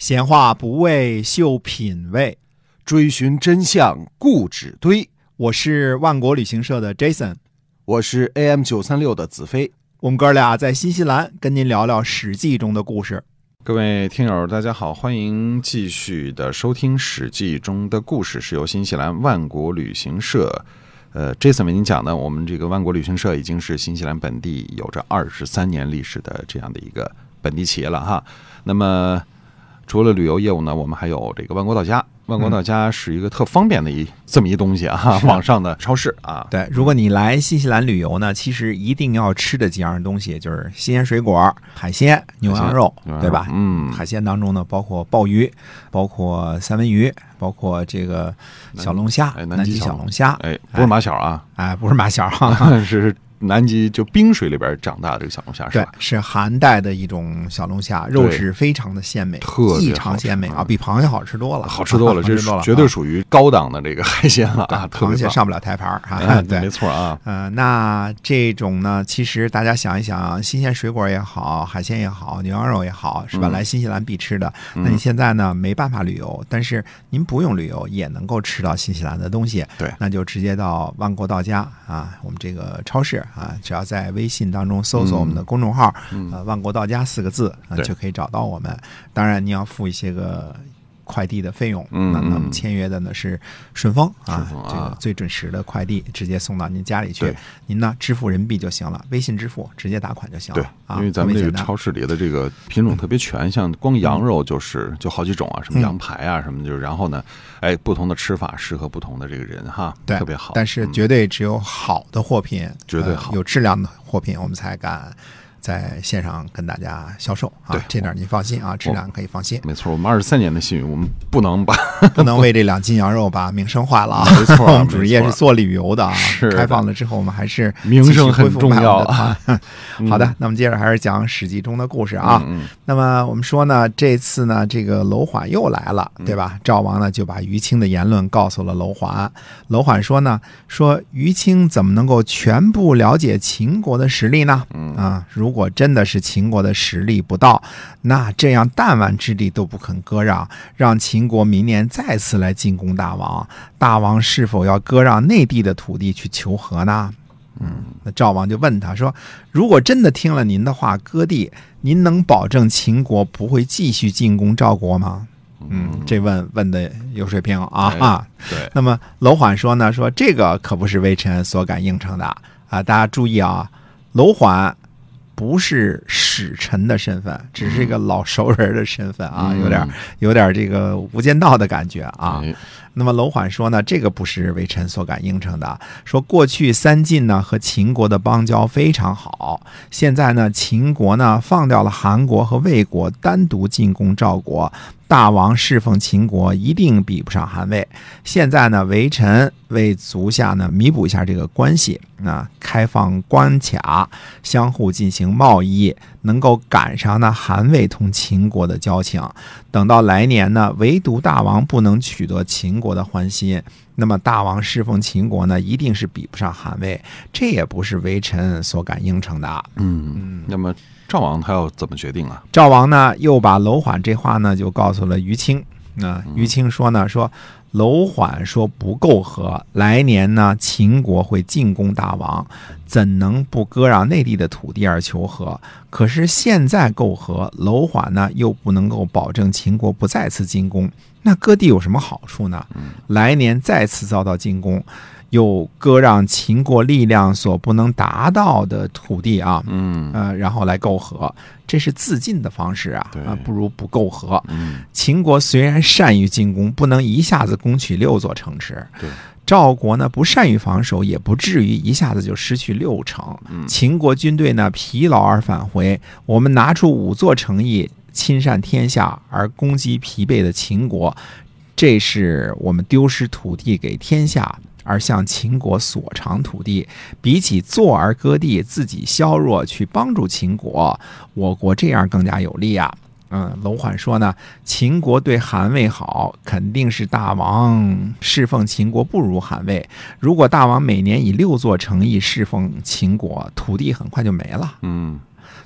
闲话不为秀品味， 追寻真相固执堆。 我是万国旅行社的 Jason， 我是 AM936 的子飞。 我们哥俩在新西兰跟您聊聊史记中的故事。 各位听友大家好，欢迎继续的收听史记中的故事，是由新西兰万国旅行社Jason 为您讲的。我们这个万国旅行社已经是新西兰本地有着23年历史的这样的一个本地企业了哈。那么除了旅游业务呢，我们还有这个万国到家。万国到家是一个特方便的这么一东西啊，网上的超市啊。 对，如果你来新西兰旅游呢，其实一定要吃的几样东西就是新鲜水果、海鲜、牛羊肉，对吧？海鲜当中呢，包括鲍鱼，包括三文鱼，包括这个小龙虾，南极小龙虾， 不是马小啊， 不是马小啊， 是南极就冰水里边长大的这个小龙虾是吧？ 对，是寒带的一种小龙虾，肉质非常的鲜美，异常鲜美啊，比螃蟹好吃多了， 好吃多了，这绝对属于高档的这个海鲜了啊！ 螃蟹上不了台盘啊，对， 没错啊。 那这种呢，其实大家想一想，新鲜水果也好，海鲜也好，牛羊肉也好，是吧？来新西兰必吃的。那你现在呢没办法旅游，但是您不用旅游也能够吃到新西兰的东西， 对， 那就直接到万国到家啊，我们这个超市。只要在微信当中搜索我们的公众号万国到家4个字就可以找到我们。当然你要付一些个快递的费用，那么签约的呢是顺丰啊，这个最准时的快递直接送到您家里去。您呢支付人民币就行了，微信支付直接打款就行了。 对，因为咱们这个超市里的这个品种特别全，像光羊肉就好几种啊，什么羊排啊什么，就是然后呢，不同的吃法适合不同的这个人哈， 对， 特别好。 但是绝对只有好的货品， 绝对好， 有质量的货品，我们才敢在线上跟大家销售啊， 对， 这点您放心啊，质量可以放心。 没错，我们23年的信誉，我们不能为这2斤羊肉把名声坏了啊！ 没错， 我们主业是做旅游的啊，开放了之后我们还是名声很重要啊。 好的，那么接着还是讲史记中的故事啊。那么我们说呢，这次呢，这个楼缓又来了，对吧？赵王呢就把于青的言论告诉了楼缓。楼缓说呢，于青怎么能够全部了解秦国的实力呢？如果真的是秦国的实力不到，那这样弹丸之地都不肯割让，让秦国明年再次来进攻大王，大王是否要割让内地的土地去求和呢？那赵王就问他说，如果真的听了您的话割地，您能保证秦国不会继续进攻赵国吗？这问的有水平啊！ 对。 那么楼缓说呢，这个可不是微臣所敢应承的啊！大家注意啊，楼缓不是使臣的身份，只是一个老熟人的身份啊，有点这个无间道的感觉啊。那么楼缓说呢，这个不是微臣所敢应承的，说过去三晋呢和秦国的邦交非常好，现在呢秦国呢放掉了韩国和魏国，单独进攻赵国，大王侍奉秦国一定比不上韩魏。现在呢微臣为足下呢弥补一下这个关系，开放关卡，相互进行贸易，能够赶上呢韩魏同秦国的交情。等到来年呢，唯独大王不能取得秦国的欢心，那么大王侍奉秦国呢，一定是比不上韩魏，这也不是微臣所敢应承的。 那么赵王他要怎么决定啊？ 赵王呢又把楼缓这话呢就告诉了于青。于青说呢，楼缓说不够和，来年呢秦国会进攻大王，怎能不割让内地的土地而求和？可是现在够和，楼缓呢又不能够保证秦国不再次进攻，那割地有什么好处呢？来年再次遭到进攻，又割让秦国力量所不能达到的土地啊，然后来媾和，这是自尽的方式啊，不如不媾和。秦国虽然善于进攻，不能一下子攻取6座城池。赵国呢不善于防守，也不至于一下子就失去6城。秦国军队呢疲劳而返回，我们拿出5座诚意，亲善天下而攻击疲惫的秦国，这是我们丢失土地给天下，而向秦国索偿土地，比起坐而割地，自己削弱去帮助秦国，我国这样更加有利啊。楼缓说呢，秦国对韩魏好，肯定是大王侍奉秦国不如韩魏。如果大王每年以6座城邑侍奉秦国，土地很快就没了。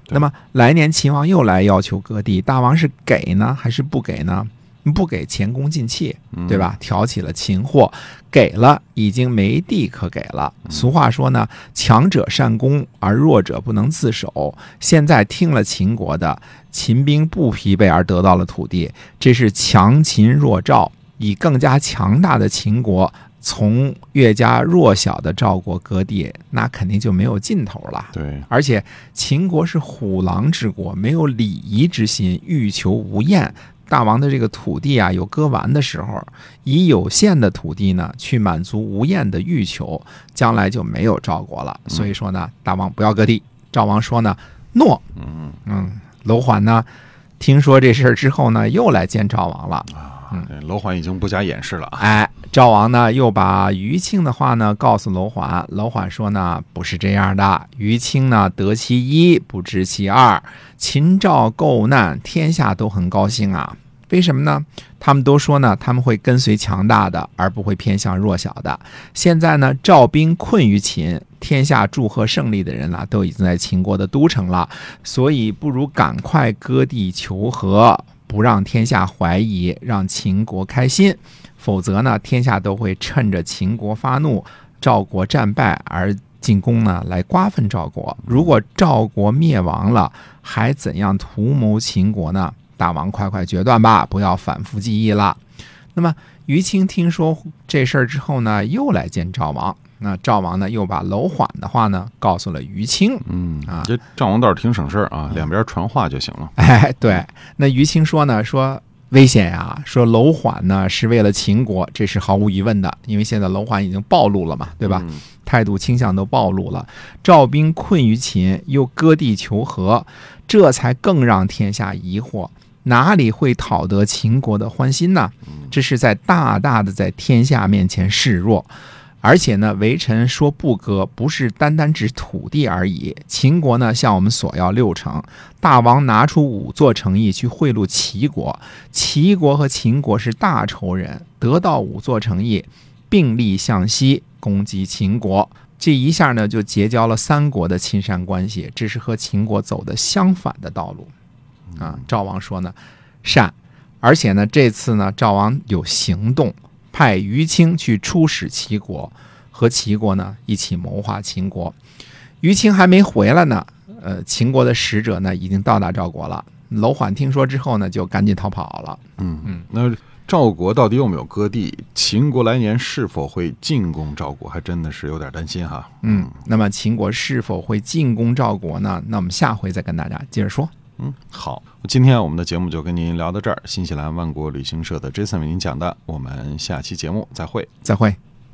那么来年秦王又来要求割地，大王是给呢还是不给呢？不给前功尽弃，对吧？挑起了秦祸，给了已经没地可给了。俗话说呢，强者善攻，而弱者不能自守。现在听了秦国的，秦兵不疲惫而得到了土地，这是强秦弱赵，以更加强大的秦国从越加弱小的赵国割地，那肯定就没有尽头了。 对， 而且秦国是虎狼之国，没有礼仪之心，欲求无厌。大王的这个土地啊，有割完的时候，以有限的土地呢，去满足无厌的欲求，将来就没有赵国了。所以说呢，大王不要割地。赵王说呢，诺。楼缓呢，听说这事儿之后呢，又来见赵王了。 楼缓已经不假掩饰了。 赵王呢又把于庆的话呢告诉楼缓，楼缓说呢，不是这样的，于庆呢得其一，不知其二。秦赵构难，天下都很高兴啊。为什么呢？他们都说呢，他们会跟随强大的，而不会偏向弱小的。现在呢，赵兵困于秦，天下祝贺胜利的人啦，都已经在秦国的都城了，所以不如赶快割地求和，不让天下怀疑，让秦国开心。否则呢，天下都会趁着秦国发怒，赵国战败而进攻呢，来瓜分赵国。如果赵国灭亡了，还怎样图谋秦国呢？大王快快决断吧，不要反复记忆了。那么于清听说这事儿之后呢，又来见赵王。那赵王呢，又把楼缓的话呢告诉了于清。 这赵王倒是挺省事儿啊，两边传话就行了。 对。那于清说呢，说危险呀，说楼缓呢是为了秦国，这是毫无疑问的，因为现在楼缓已经暴露了嘛，对吧？态度倾向都暴露了。赵兵困于秦，又割地求和，这才更让天下疑惑。哪里会讨得秦国的欢心呢？这是在大大的在天下面前示弱。而且呢，微臣说不割，不是单单指土地而已。秦国呢向我们索要6城，大王拿出5座诚意去贿赂齐国，齐国和秦国是大仇人，得到5座诚意，并力向西攻击秦国。这一下呢，就结交了3国的亲善关系，这是和秦国走的相反的道路。赵王说呢，善。而且呢，这次呢，赵王有行动。派于清去出使齐国，和齐国呢一起谋划秦国。于清还没回来呢，秦国的使者呢已经到达赵国了。楼缓听说之后呢，就赶紧逃跑了。 那赵国到底有没有割地？秦国来年是否会进攻赵国？还真的是有点担心哈。 那么秦国是否会进攻赵国呢？那我们下回再跟大家接着说。 好，今天我们的节目就跟您聊到这儿。新西兰万国旅行社的 Jason 为您讲的，我们下期节目再会。